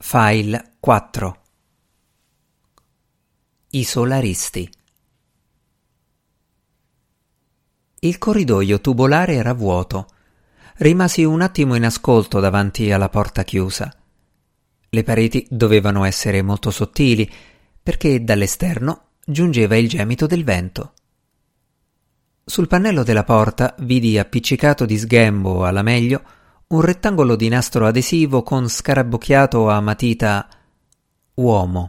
File 4. I solaristi. Il corridoio tubolare era vuoto. Rimasi un attimo in ascolto davanti alla porta chiusa. Le pareti dovevano essere molto sottili, perché dall'esterno giungeva il gemito del vento. Sul pannello della porta vidi appiccicato di sghembo alla meglio un rettangolo di nastro adesivo con scarabocchiato a matita uomo.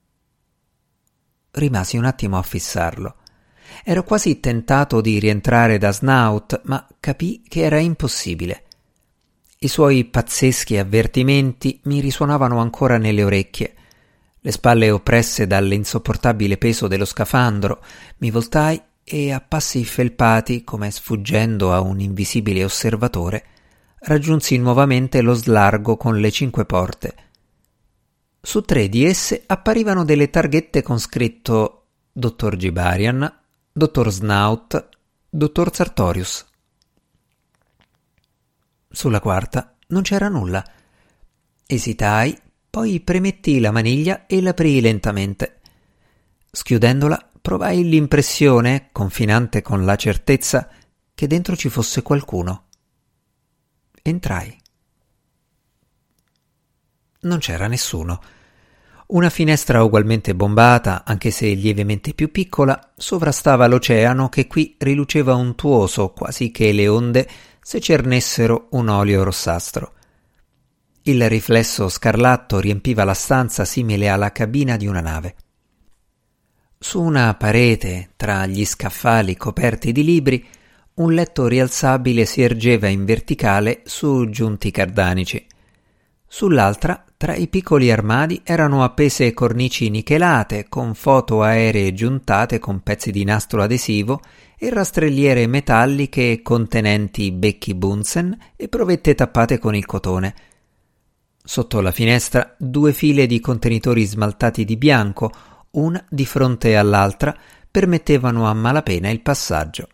Rimasi un attimo a fissarlo. Ero quasi tentato di rientrare da Snout, ma capii che era impossibile. I suoi pazzeschi avvertimenti mi risuonavano ancora nelle orecchie. Le spalle oppresse dall'insopportabile peso dello scafandro, mi voltai e a passi felpati, come sfuggendo a un invisibile osservatore, raggiunsi nuovamente lo slargo con le 5 porte. Su 3 di esse apparivano delle targhette con scritto Dottor Gibarian, Dottor Snout, Dottor Sartorius. Sulla quarta non c'era nulla. Esitai, poi premetti la maniglia e l'aprii lentamente. Schiudendola, provai l'impressione, confinante con la certezza, che dentro ci fosse qualcuno. Entrai. Non c'era nessuno. Una finestra ugualmente bombata, anche se lievemente più piccola, sovrastava l'oceano che qui riluceva untuoso, quasi che le onde se cernessero un olio rossastro. Il riflesso scarlatto riempiva la stanza simile alla cabina di una nave. Su una parete, tra gli scaffali coperti di libri, un letto rialzabile si ergeva in verticale su giunti cardanici. Sull'altra, tra i piccoli armadi, erano appese cornici nichelate con foto aeree giuntate con pezzi di nastro adesivo e rastrelliere metalliche contenenti becchi Bunsen e provette tappate con il cotone. Sotto la finestra 2 file di contenitori smaltati di bianco, una di fronte all'altra, permettevano a malapena il passaggio.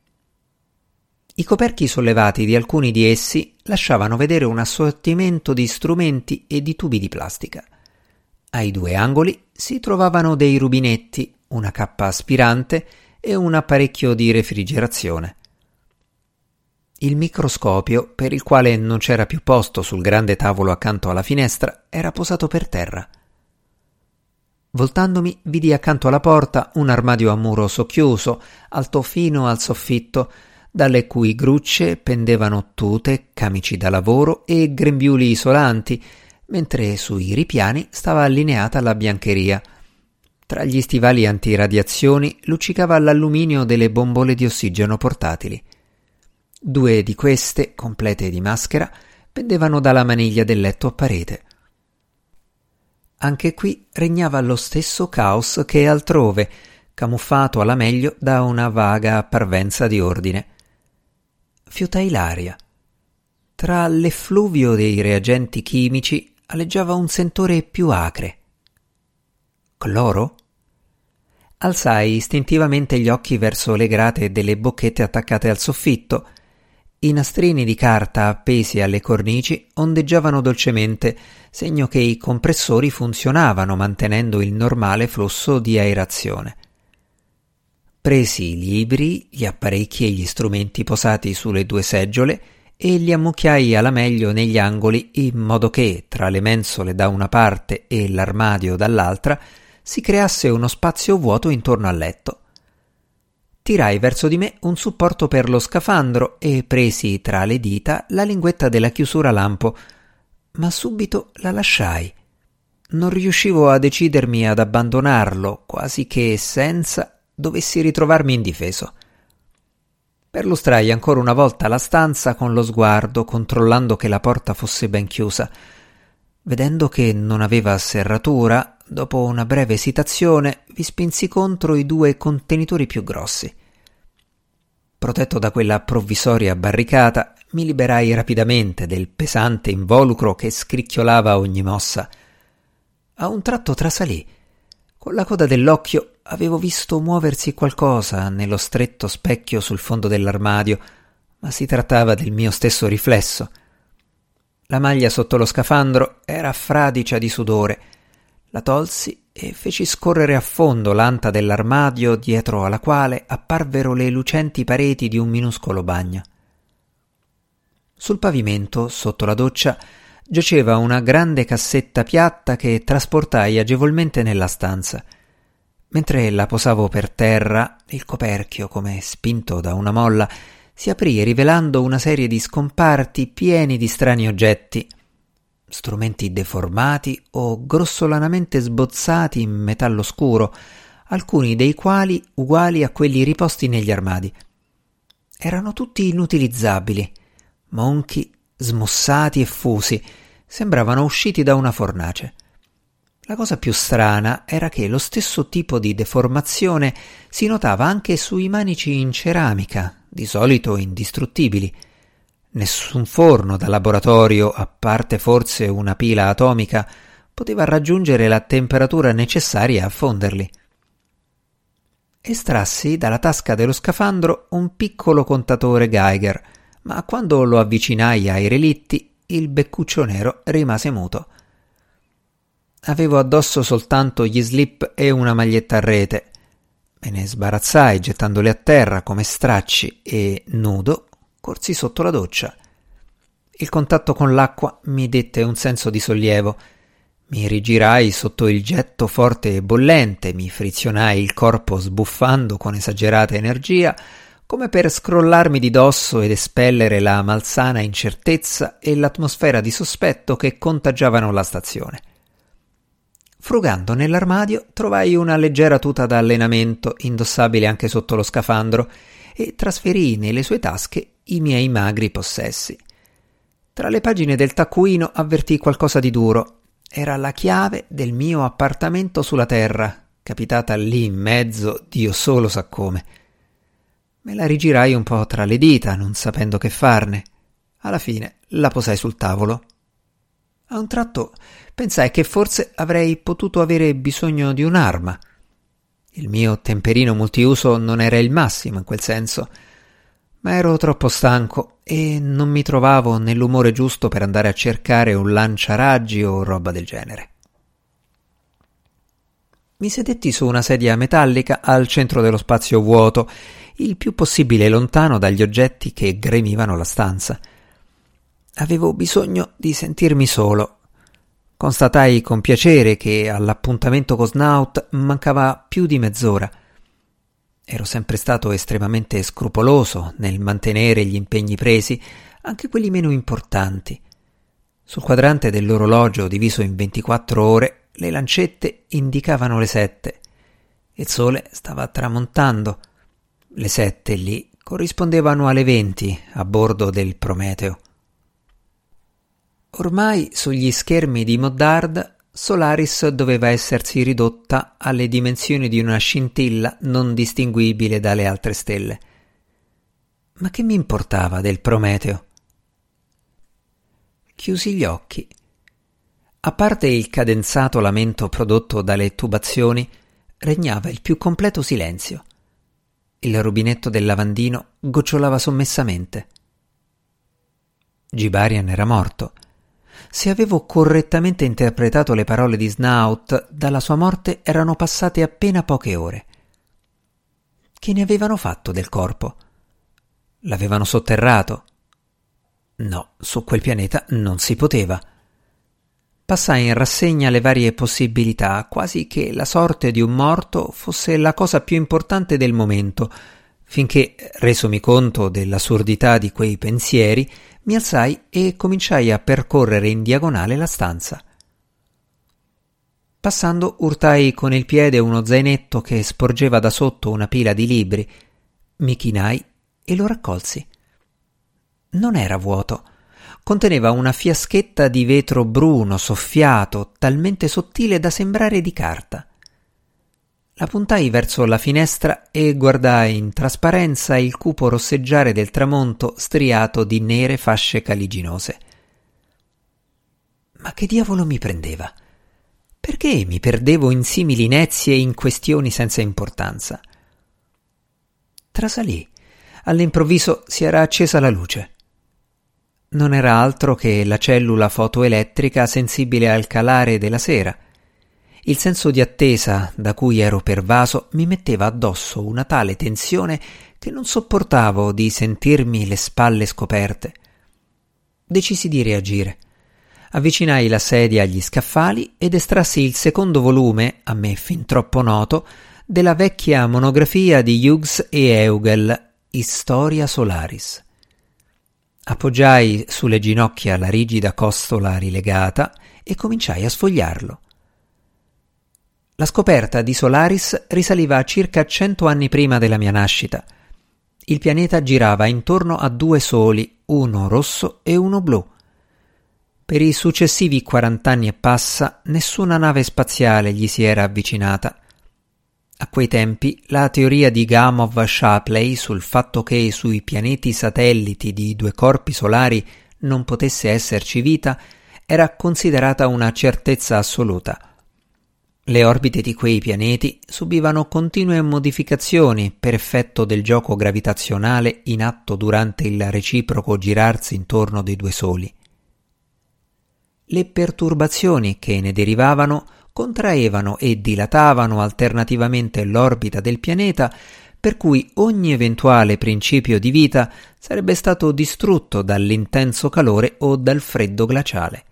I coperchi sollevati di alcuni di essi lasciavano vedere un assortimento di strumenti e di tubi di plastica. Ai 2 angoli si trovavano dei rubinetti, una cappa aspirante e un apparecchio di refrigerazione. Il microscopio, per il quale non c'era più posto sul grande tavolo accanto alla finestra, era posato per terra. Voltandomi, vidi accanto alla porta un armadio a muro socchiuso, alto fino al soffitto, dalle cui grucce pendevano tute, camici da lavoro e grembiuli isolanti, mentre sui ripiani stava allineata la biancheria. Tra gli stivali antiradiazioni luccicava l'alluminio delle bombole di ossigeno portatili. 2 di queste, complete di maschera, pendevano dalla maniglia del letto a parete. Anche qui regnava lo stesso caos che altrove, camuffato alla meglio da una vaga parvenza di ordine. Fiutai l'aria. Tra l'effluvio dei reagenti chimici aleggiava un sentore più acre. Cloro? Alzai istintivamente gli occhi verso le grate delle bocchette attaccate al soffitto. I nastrini di carta appesi alle cornici ondeggiavano dolcemente, segno che i compressori funzionavano mantenendo il normale flusso di aerazione. Presi i libri, gli apparecchi e gli strumenti posati sulle 2 seggiole e li ammucchiai alla meglio negli angoli in modo che, tra le mensole da una parte e l'armadio dall'altra, si creasse uno spazio vuoto intorno al letto. Tirai verso di me un supporto per lo scafandro e presi tra le dita la linguetta della chiusura lampo, ma subito la lasciai. Non riuscivo a decidermi ad abbandonarlo, quasi che senza dovessi ritrovarmi indifeso. Perlustrai ancora una volta la stanza con lo sguardo, controllando che la porta fosse ben chiusa. Vedendo che non aveva serratura, dopo una breve esitazione, vi spinsi contro i 2 contenitori più grossi. Protetto da quella provvisoria barricata, mi liberai rapidamente del pesante involucro che scricchiolava a ogni mossa. A un tratto trasalì. Con la coda dell'occhio avevo visto muoversi qualcosa nello stretto specchio sul fondo dell'armadio, ma si trattava del mio stesso riflesso. La maglia sotto lo scafandro era fradicia di sudore. La tolsi e feci scorrere a fondo l'anta dell'armadio dietro alla quale apparvero le lucenti pareti di un minuscolo bagno. Sul pavimento, sotto la doccia, giaceva una grande cassetta piatta che trasportai agevolmente nella stanza. Mentre la posavo per terra, il coperchio, come spinto da una molla, si aprì rivelando una serie di scomparti pieni di strani oggetti, strumenti deformati o grossolanamente sbozzati in metallo scuro, alcuni dei quali uguali a quelli riposti negli armadi. Erano tutti inutilizzabili, monchi, smussati e fusi, sembravano usciti da una fornace. La cosa più strana era che lo stesso tipo di deformazione si notava anche sui manici in ceramica, di solito indistruttibili. Nessun forno da laboratorio, a parte forse una pila atomica, poteva raggiungere la temperatura necessaria a fonderli. Estrassi dalla tasca dello scafandro un piccolo contatore Geiger, ma quando lo avvicinai ai relitti, il beccuccio nero rimase muto. Avevo addosso soltanto gli slip e una maglietta a rete. Me ne sbarazzai gettandoli a terra come stracci e, nudo, corsi sotto la doccia. Il contatto con l'acqua mi dette un senso di sollievo. Mi rigirai sotto il getto forte e bollente, mi frizionai il corpo sbuffando con esagerata energia, come per scrollarmi di dosso ed espellere la malsana incertezza e l'atmosfera di sospetto che contagiavano la stazione. Frugando nell'armadio trovai una leggera tuta da allenamento, indossabile anche sotto lo scafandro, e trasferii nelle sue tasche i miei magri possessi. Tra le pagine del taccuino avvertii qualcosa di duro. Era la chiave del mio appartamento sulla terra, capitata lì in mezzo, Dio solo sa come. Me la rigirai un po' tra le dita, non sapendo che farne. Alla fine la posai sul tavolo. A un tratto pensai che forse avrei potuto avere bisogno di un'arma. Il mio temperino multiuso non era il massimo in quel senso, ma ero troppo stanco e non mi trovavo nell'umore giusto per andare a cercare un lanciaraggi o roba del genere. Mi sedetti su una sedia metallica al centro dello spazio vuoto, il più possibile lontano dagli oggetti che gremivano la stanza. Avevo bisogno di sentirmi solo. Constatai con piacere che all'appuntamento con Snout mancava più di mezz'ora. Ero sempre stato estremamente scrupoloso nel mantenere gli impegni presi, anche quelli meno importanti. Sul quadrante dell'orologio diviso in 24 ore, le lancette indicavano le 7. Il sole stava tramontando. Le 7 lì corrispondevano alle 20 a bordo del Prometeo. Ormai sugli schermi di Moddard Solaris doveva essersi ridotta alle dimensioni di una scintilla non distinguibile dalle altre stelle. Ma che mi importava del Prometeo? Chiusi gli occhi. A parte il cadenzato lamento prodotto dalle tubazioni, regnava il più completo silenzio. Il rubinetto del lavandino gocciolava sommessamente. Gibarian era morto. Se avevo correttamente interpretato le parole di Snout, dalla sua morte erano passate appena poche ore. Che ne avevano fatto del corpo? L'avevano sotterrato? No, su quel pianeta non si poteva. Passai in rassegna le varie possibilità, quasi che la sorte di un morto fosse la cosa più importante del momento, finché, resomi conto dell'assurdità di quei pensieri, mi alzai e cominciai a percorrere in diagonale la stanza. Passando urtai con il piede uno zainetto che sporgeva da sotto una pila di libri. Mi chinai e lo raccolsi. Non era vuoto. Conteneva una fiaschetta di vetro bruno soffiato, talmente sottile da sembrare di carta. La puntai verso la finestra e guardai in trasparenza il cupo rosseggiare del tramonto striato di nere fasce caliginose. Ma che diavolo mi prendeva? Perché mi perdevo in simili inezie e in questioni senza importanza? Trasalì. All'improvviso si era accesa la luce. non era altro che la cellula fotoelettrica sensibile al calare della sera. Il senso di attesa da cui ero pervaso mi metteva addosso una tale tensione che non sopportavo di sentirmi le spalle scoperte. Decisi di reagire. Avvicinai la sedia agli scaffali ed estrassi il secondo volume, a me fin troppo noto, della vecchia monografia di Hughes e Eugel, Historia Solaris. Appoggiai sulle ginocchia la rigida costola rilegata e cominciai a sfogliarlo. La scoperta di Solaris risaliva a circa 100 anni prima della mia nascita. Il pianeta girava intorno a 2 soli, uno rosso e uno blu. Per i successivi 40 anni e passa, nessuna nave spaziale gli si era avvicinata. A quei tempi, la teoria di Gamow-Shapley sul fatto che sui pianeti satelliti di 2 corpi solari non potesse esserci vita era considerata una certezza assoluta. Le orbite di quei pianeti subivano continue modificazioni per effetto del gioco gravitazionale in atto durante il reciproco girarsi intorno dei 2 soli. Le perturbazioni che ne derivavano contraevano e dilatavano alternativamente l'orbita del pianeta, per cui ogni eventuale principio di vita sarebbe stato distrutto dall'intenso calore o dal freddo glaciale.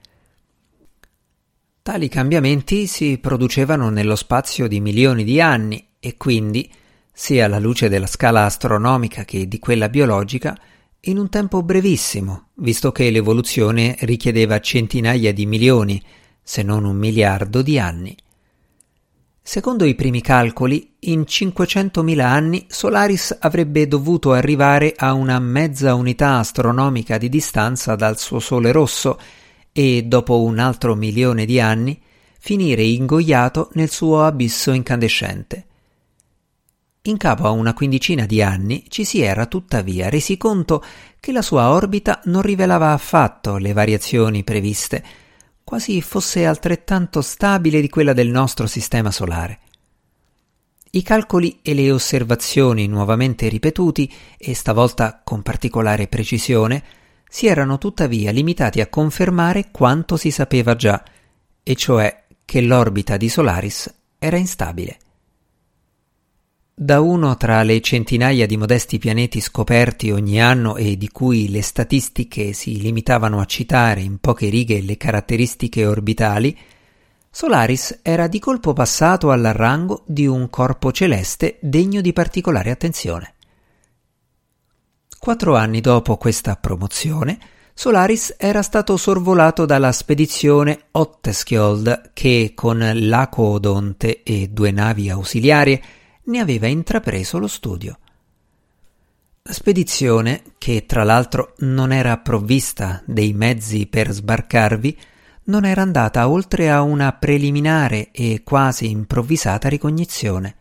Tali cambiamenti si producevano nello spazio di milioni di anni e quindi, sia alla luce della scala astronomica che di quella biologica, in un tempo brevissimo, visto che l'evoluzione richiedeva centinaia di milioni, se non 1 miliardo di anni. Secondo i primi calcoli, in 500.000 anni Solaris avrebbe dovuto arrivare a una mezza unità astronomica di distanza dal suo Sole rosso e, dopo un altro 1.000.000 di anni, finire ingoiato nel suo abisso incandescente. In capo a una quindicina di anni ci si era tuttavia resi conto che la sua orbita non rivelava affatto le variazioni previste, quasi fosse altrettanto stabile di quella del nostro sistema solare. I calcoli e le osservazioni nuovamente ripetuti, e stavolta con particolare precisione, si erano tuttavia limitati a confermare quanto si sapeva già, e cioè che l'orbita di Solaris era instabile. Da uno tra le centinaia di modesti pianeti scoperti ogni anno e di cui le statistiche si limitavano a citare in poche righe le caratteristiche orbitali, Solaris era di colpo passato al rango di un corpo celeste degno di particolare attenzione. 4 anni dopo questa promozione, Solaris era stato sorvolato dalla spedizione Otteskjold che, con l'Aco-Odonte e 2 navi ausiliarie, ne aveva intrapreso lo studio. La spedizione, che tra l'altro non era provvista dei mezzi per sbarcarvi, non era andata oltre a una preliminare e quasi improvvisata ricognizione.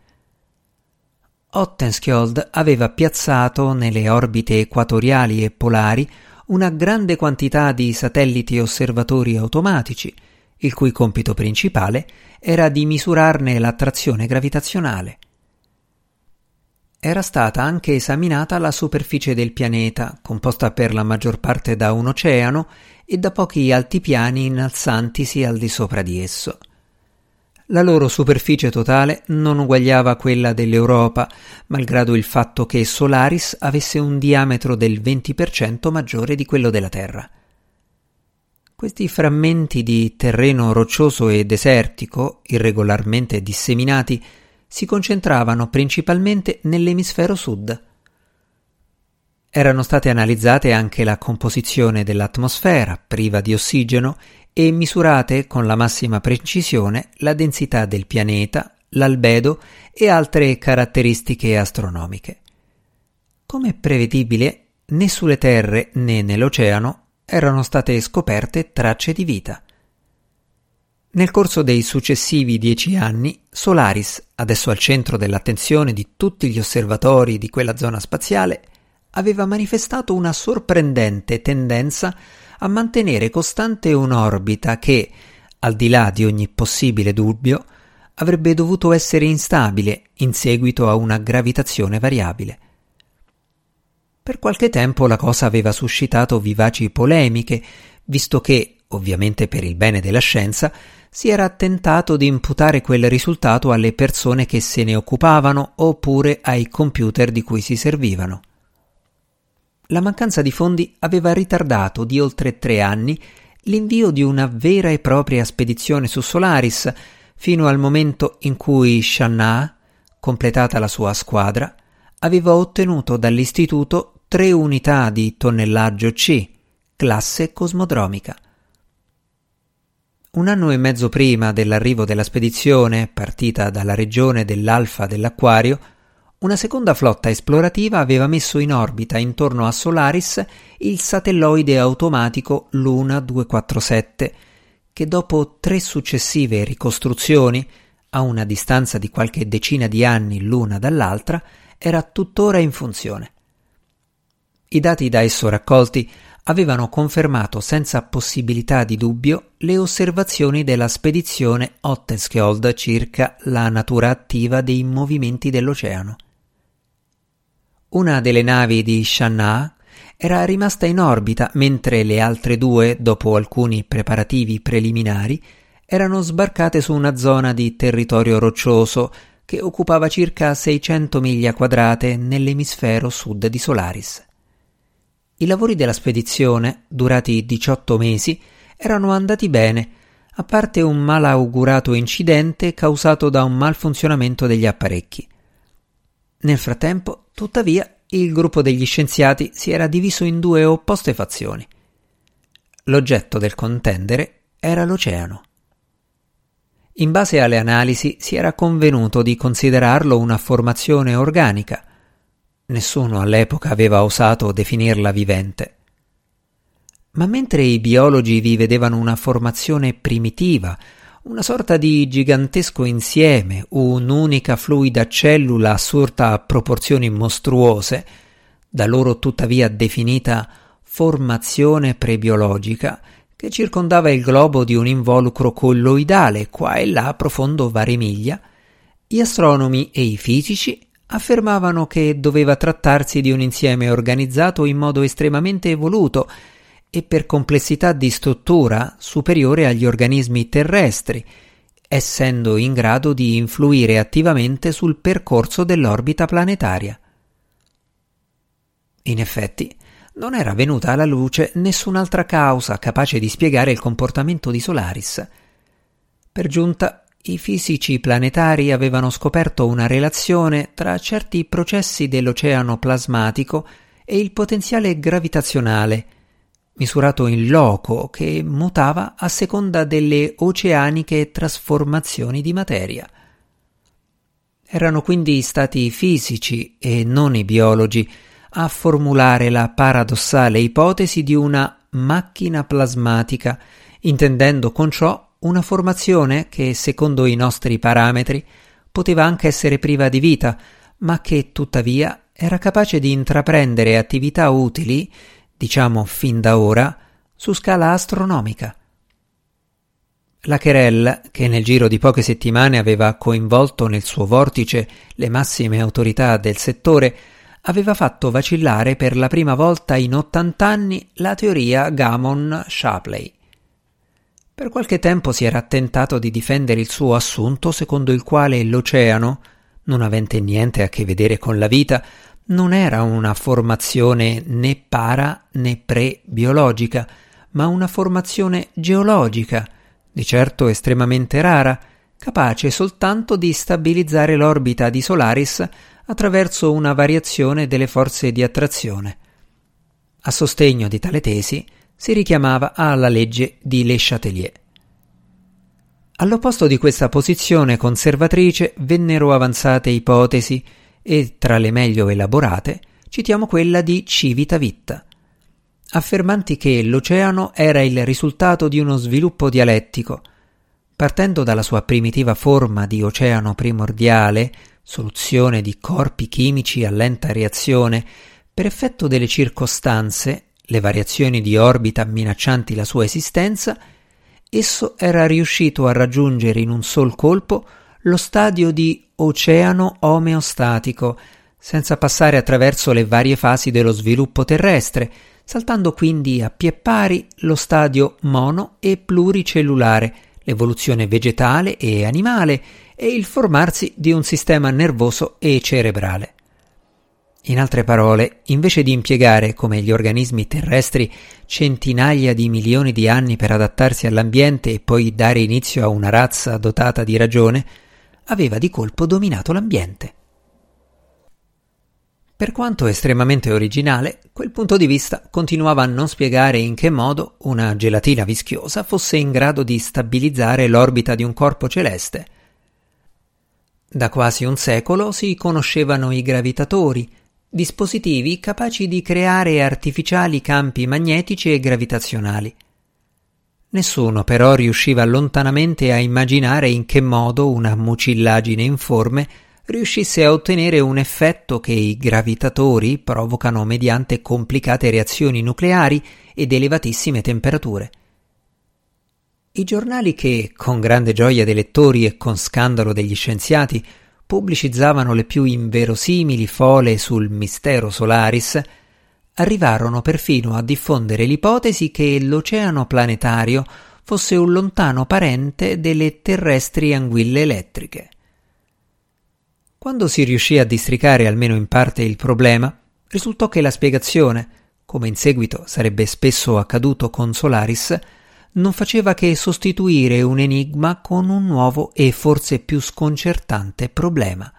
Otteskjold aveva piazzato nelle orbite equatoriali e polari una grande quantità di satelliti osservatori automatici, il cui compito principale era di misurarne l'attrazione gravitazionale. Era stata anche esaminata la superficie del pianeta, composta per la maggior parte da un oceano e da pochi altipiani innalzantisi al di sopra di esso. La loro superficie totale non uguagliava quella dell'Europa, malgrado il fatto che Solaris avesse un diametro del 20% maggiore di quello della Terra. Questi frammenti di terreno roccioso e desertico, irregolarmente disseminati, si concentravano principalmente nell'emisfero sud. Erano state analizzate anche la composizione dell'atmosfera, priva di ossigeno, e misurate con la massima precisione la densità del pianeta, l'albedo e altre caratteristiche astronomiche. Come prevedibile, né sulle terre né nell'oceano erano state scoperte tracce di vita. Nel corso dei successivi 10 anni, Solaris, adesso al centro dell'attenzione di tutti gli osservatori di quella zona spaziale, aveva manifestato una sorprendente tendenza a mantenere costante un'orbita che, al di là di ogni possibile dubbio, avrebbe dovuto essere instabile in seguito a una gravitazione variabile. Per qualche tempo la cosa aveva suscitato vivaci polemiche, visto che, ovviamente per il bene della scienza, si era tentato di imputare quel risultato alle persone che se ne occupavano oppure ai computer di cui si servivano. La mancanza di fondi aveva ritardato di oltre 3 anni l'invio di una vera e propria spedizione su Solaris, fino al momento in cui Shannaa, completata la sua squadra, aveva ottenuto dall'istituto 3 unità di tonnellaggio C, classe cosmodromica. 1 anno e mezzo prima dell'arrivo della spedizione, partita dalla regione dell'Alfa dell'Acquario, una seconda flotta esplorativa aveva messo in orbita intorno a Solaris il satelloide automatico Luna 247, che dopo 3 successive ricostruzioni, a una distanza di qualche decina di anni l'una dall'altra, era tuttora in funzione. I dati da esso raccolti avevano confermato senza possibilità di dubbio le osservazioni della spedizione Otteskjold circa la natura attiva dei movimenti dell'oceano. Una delle navi di Shannaa era rimasta in orbita mentre le altre 2, dopo alcuni preparativi preliminari, erano sbarcate su una zona di territorio roccioso che occupava circa 600 miglia quadrate nell'emisfero sud di Solaris. I lavori della spedizione, durati 18 mesi, erano andati bene, a parte un malaugurato incidente causato da un malfunzionamento degli apparecchi. Nel frattempo, tuttavia, il gruppo degli scienziati si era diviso in 2 opposte fazioni. L'oggetto del contendere era l'oceano. In base alle analisi si era convenuto di considerarlo una formazione organica. Nessuno all'epoca aveva osato definirla vivente. Ma mentre i biologi vi vedevano una formazione primitiva, una sorta di gigantesco insieme, un'unica fluida cellula assurta a proporzioni mostruose, da loro tuttavia definita formazione prebiologica, che circondava il globo di un involucro colloidale qua e là profondo varie miglia, gli astronomi e i fisici affermavano che doveva trattarsi di un insieme organizzato in modo estremamente evoluto e per complessità di struttura superiore agli organismi terrestri, essendo in grado di influire attivamente sul percorso dell'orbita planetaria. In effetti, non era venuta alla luce nessun'altra causa capace di spiegare il comportamento di Solaris. Per giunta, i fisici planetari avevano scoperto una relazione tra certi processi dell'oceano plasmatico e il potenziale gravitazionale, misurato in loco, che mutava a seconda delle oceaniche trasformazioni di materia. Erano quindi stati i fisici e non i biologi a formulare la paradossale ipotesi di una macchina plasmatica, intendendo con ciò una formazione che, secondo i nostri parametri, poteva anche essere priva di vita, ma che tuttavia era capace di intraprendere attività utili, diciamo fin da ora, su scala astronomica. La Querelle, che nel giro di poche settimane aveva coinvolto nel suo vortice le massime autorità del settore, aveva fatto vacillare per la prima volta in 80 anni la teoria Gamow-Shapley. Per qualche tempo si era tentato di difendere il suo assunto secondo il quale l'oceano, non avente niente a che vedere con la vita, non era una formazione né para né pre-biologica, ma una formazione geologica, di certo estremamente rara, capace soltanto di stabilizzare l'orbita di Solaris attraverso una variazione delle forze di attrazione. A sostegno di tale tesi si richiamava alla legge di Le Chatelier. All'opposto di questa posizione conservatrice vennero avanzate ipotesi e, tra le meglio elaborate, citiamo quella di Civitavita, affermanti che l'oceano era il risultato di uno sviluppo dialettico. Partendo dalla sua primitiva forma di oceano primordiale, soluzione di corpi chimici a lenta reazione, per effetto delle circostanze, le variazioni di orbita minaccianti la sua esistenza, esso era riuscito a raggiungere in un sol colpo lo stadio di oceano omeostatico, senza passare attraverso le varie fasi dello sviluppo terrestre, saltando quindi a pie pari lo stadio mono- e pluricellulare, l'evoluzione vegetale e animale e il formarsi di un sistema nervoso e cerebrale. In altre parole, invece di impiegare, come gli organismi terrestri, centinaia di milioni di anni per adattarsi all'ambiente e poi dare inizio a una razza dotata di ragione, aveva di colpo dominato l'ambiente. Per quanto estremamente originale, quel punto di vista continuava a non spiegare in che modo una gelatina vischiosa fosse in grado di stabilizzare l'orbita di un corpo celeste. Da quasi un secolo si conoscevano i gravitatori, dispositivi capaci di creare artificiali campi magnetici e gravitazionali. Nessuno però riusciva lontanamente a immaginare in che modo una mucillagine informe riuscisse a ottenere un effetto che i gravitatori provocano mediante complicate reazioni nucleari ed elevatissime temperature. I giornali che, con grande gioia dei lettori e con scandalo degli scienziati, pubblicizzavano le più inverosimili fole sul mistero Solaris, arrivarono perfino a diffondere l'ipotesi che l'oceano planetario fosse un lontano parente delle terrestri anguille elettriche. Quando si riuscì a districare almeno in parte il problema, risultò che la spiegazione, come in seguito sarebbe spesso accaduto con Solaris, non faceva che sostituire un enigma con un nuovo e forse più sconcertante problema.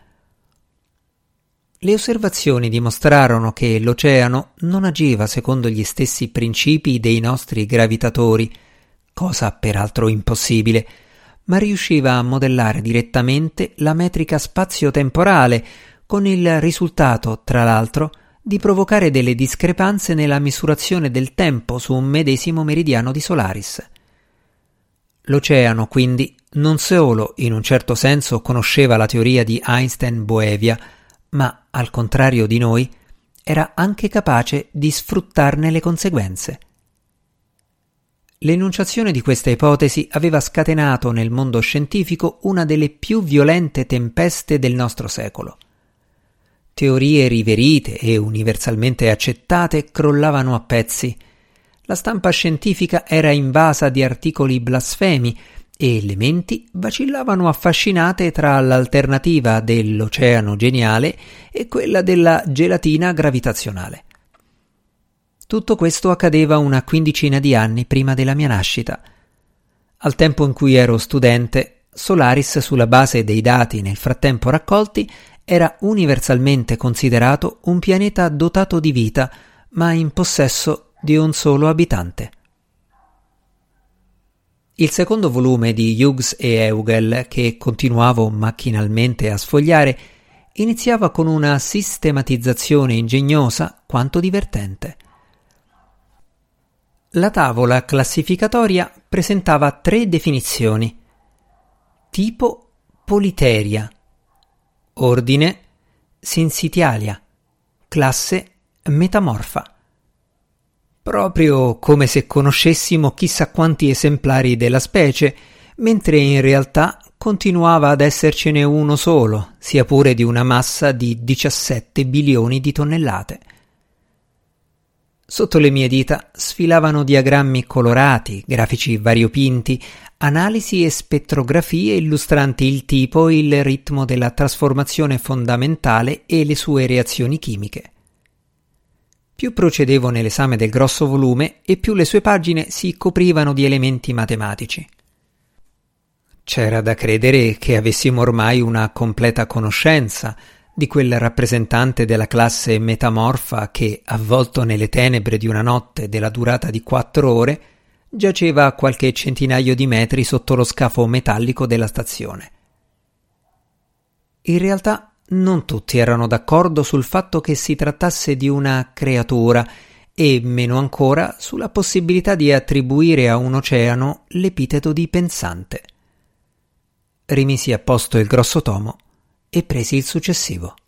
Le osservazioni dimostrarono che l'oceano non agiva secondo gli stessi principi dei nostri gravitatori, cosa peraltro impossibile, ma riusciva a modellare direttamente la metrica spazio-temporale, con il risultato, tra l'altro, di provocare delle discrepanze nella misurazione del tempo su un medesimo meridiano di Solaris. L'oceano, quindi, non solo in un certo senso conosceva la teoria di Einstein-Boevia, ma, al contrario di noi, era anche capace di sfruttarne le conseguenze. L'enunciazione di questa ipotesi aveva scatenato nel mondo scientifico una delle più violente tempeste del nostro secolo. Teorie riverite e universalmente accettate crollavano a pezzi. La stampa scientifica era invasa di articoli blasfemi e le menti vacillavano affascinate tra l'alternativa dell'oceano geniale e quella della gelatina gravitazionale. Tutto questo accadeva una quindicina di anni prima della mia nascita. Al tempo in cui ero studente, Solaris, sulla base dei dati nel frattempo raccolti, era universalmente considerato un pianeta dotato di vita, ma in possesso di un solo abitante. Il secondo volume di Hughes e Eugel, che continuavo macchinalmente a sfogliare, iniziava con una sistematizzazione ingegnosa quanto divertente. La tavola classificatoria presentava 3 definizioni: tipo Politeria, ordine Syncytialia, classe Metamorfa. Proprio come se conoscessimo chissà quanti esemplari della specie, mentre in realtà continuava ad essercene uno solo, sia pure di una massa di 17 bilioni di tonnellate. Sotto le mie dita sfilavano diagrammi colorati, grafici variopinti, analisi e spettrografie illustranti il tipo e il ritmo della trasformazione fondamentale e le sue reazioni chimiche. Più procedevo nell'esame del grosso volume e più le sue pagine si coprivano di elementi matematici. C'era da credere che avessimo ormai una completa conoscenza di quel rappresentante della classe metamorfa che, avvolto nelle tenebre di una notte della durata di 4 ore, giaceva a qualche centinaio di metri sotto lo scafo metallico della stazione. In realtà non tutti erano d'accordo sul fatto che si trattasse di una creatura e meno ancora sulla possibilità di attribuire a un oceano l'epiteto di pensante. Rimisi a posto il grosso tomo e presi il successivo.